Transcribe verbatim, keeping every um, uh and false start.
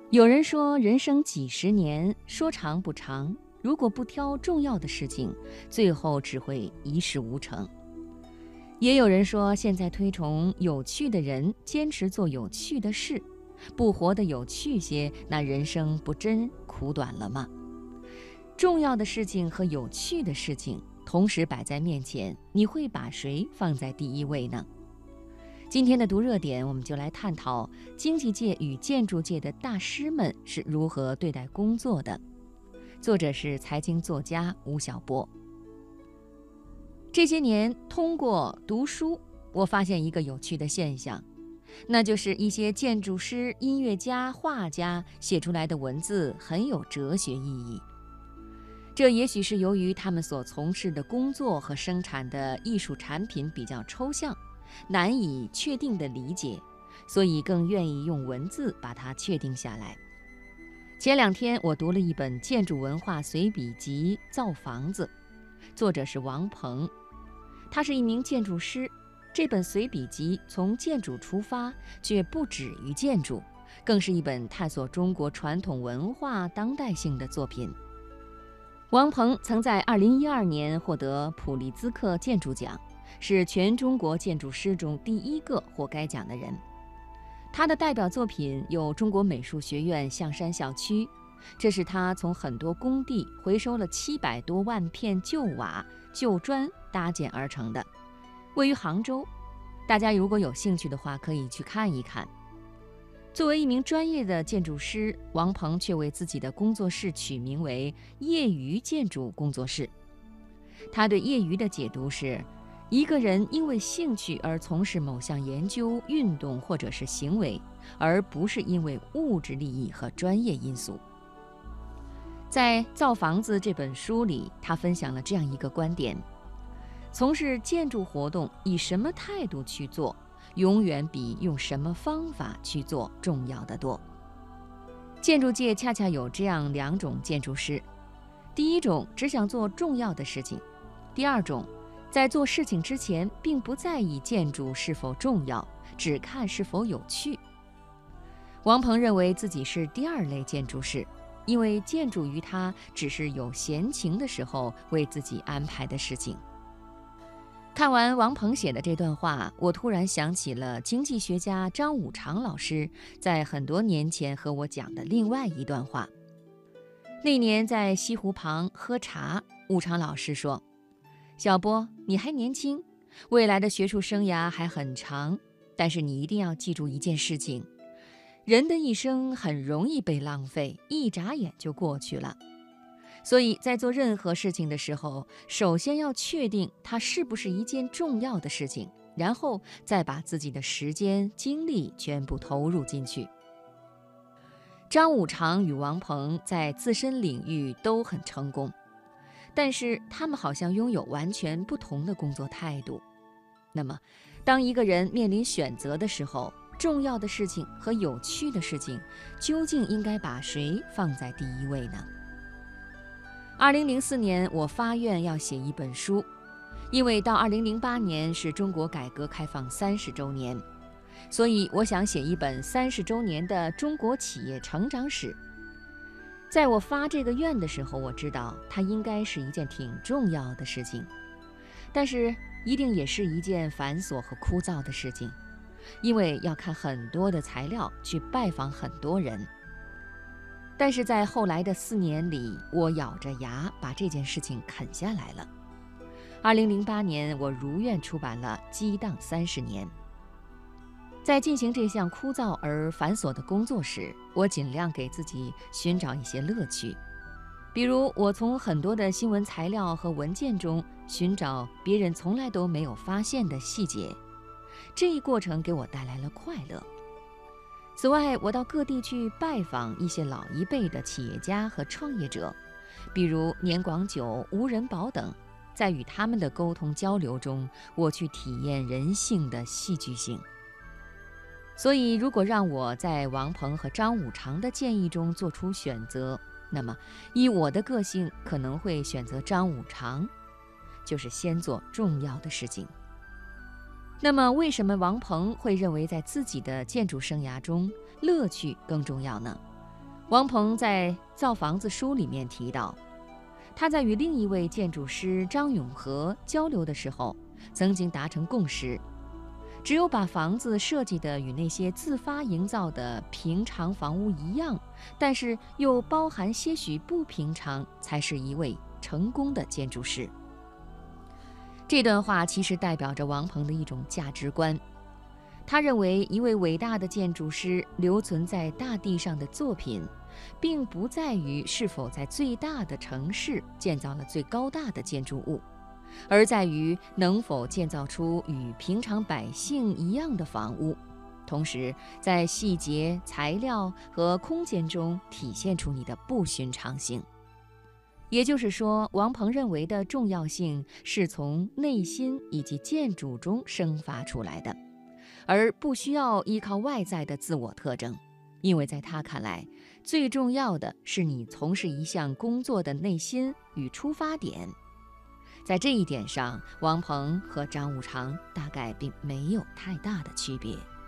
有人说，人生几十年，说长不长，如果不挑重要的事情，最后只会一事无成。也有人说，现在推崇有趣的人，坚持做有趣的事，不活得有趣些，那人生不真苦短了吗？重要的事情和有趣的事情同时摆在面前，你会把谁放在第一位呢？今天的读热点，我们就来探讨经济界与建筑界的大师们是如何对待工作的。作者是财经作家吴晓波。这些年通过读书，我发现一个有趣的现象，那就是一些建筑师、音乐家、画家写出来的文字很有哲学意义。这也许是由于他们所从事的工作和生产的艺术产品比较抽象，难以确定的理解，所以更愿意用文字把它确定下来。前两天我读了一本建筑文化随笔集《造房子》，作者是王鹏，他是一名建筑师。这本随笔集从建筑出发，却不止于建筑，更是一本探索中国传统文化当代性的作品。王鹏曾在二零一二年获得普利兹克建筑奖，是全中国建筑师中第一个获该奖的人。他的代表作品有中国美术学院象山校区，这是他从很多工地回收了七百多万片旧瓦、旧砖搭建而成的，位于杭州。大家如果有兴趣的话，可以去看一看。作为一名专业的建筑师，王鹏却为自己的工作室取名为业余建筑工作室。他对业余的解读是，一个人因为兴趣而从事某项研究、运动或者是行为，而不是因为物质利益和专业因素。在《造房子》这本书里，他分享了这样一个观点：从事建筑活动，以什么态度去做，永远比用什么方法去做重要得多。建筑界恰恰有这样两种建筑师：第一种只想做重要的事情；第二种在做事情之前并不在意建筑是否重要，只看是否有趣。王鹏认为自己是第二类建筑师，因为建筑于他只是有闲情的时候为自己安排的事情。看完王鹏写的这段话，我突然想起了经济学家张五常老师在很多年前和我讲的另外一段话。那年在西湖旁喝茶，五常老师说：小波，你还年轻，未来的学术生涯还很长，但是你一定要记住一件事情，人的一生很容易被浪费，一眨眼就过去了。所以在做任何事情的时候，首先要确定它是不是一件重要的事情，然后再把自己的时间、精力全部投入进去。张五常与王鹏在自身领域都很成功，但是他们好像拥有完全不同的工作态度。那么，当一个人面临选择的时候，重要的事情和有趣的事情，究竟应该把谁放在第一位呢？二零零四年，我发愿要写一本书，因为到二零零八年是中国改革开放三十周年，所以我想写一本三十周年的中国企业成长史。在我发这个愿的时候，我知道它应该是一件挺重要的事情，但是一定也是一件繁琐和枯燥的事情，因为要看很多的材料，去拜访很多人。但是在后来的四年里，我咬着牙把这件事情啃下来了。二零零八年，我如愿出版了《激荡三十年》。在进行这项枯燥而繁琐的工作时，我尽量给自己寻找一些乐趣，比如我从很多的新闻材料和文件中寻找别人从来都没有发现的细节，这一过程给我带来了快乐。此外，我到各地去拜访一些老一辈的企业家和创业者，比如年广久、吴仁宝等，在与他们的沟通交流中，我去体验人性的戏剧性。所以，如果让我在王鹏和张五常的建议中做出选择，那么以我的个性可能会选择张五常，就是先做重要的事情。那么为什么王鹏会认为在自己的建筑生涯中乐趣更重要呢？ 王鹏在《造房子》书里面提到，他在与另一位建筑师张永和交流的时候，曾经达成共识，只有把房子设计的与那些自发营造的平常房屋一样，但是又包含些许不平常，才是一位成功的建筑师。这段话其实代表着王鹏的一种价值观。他认为，一位伟大的建筑师留存在大地上的作品，并不在于是否在最大的城市建造了最高大的建筑物，而在于能否建造出与平常百姓一样的房屋，同时在细节、材料和空间中体现出你的不寻常性。也就是说，王鹏认为的重要性是从内心以及建筑中生发出来的，而不需要依靠外在的自我特征，因为在他看来，最重要的是你从事一项工作的内心与出发点。在这一点上，王鹏和张五常大概并没有太大的区别。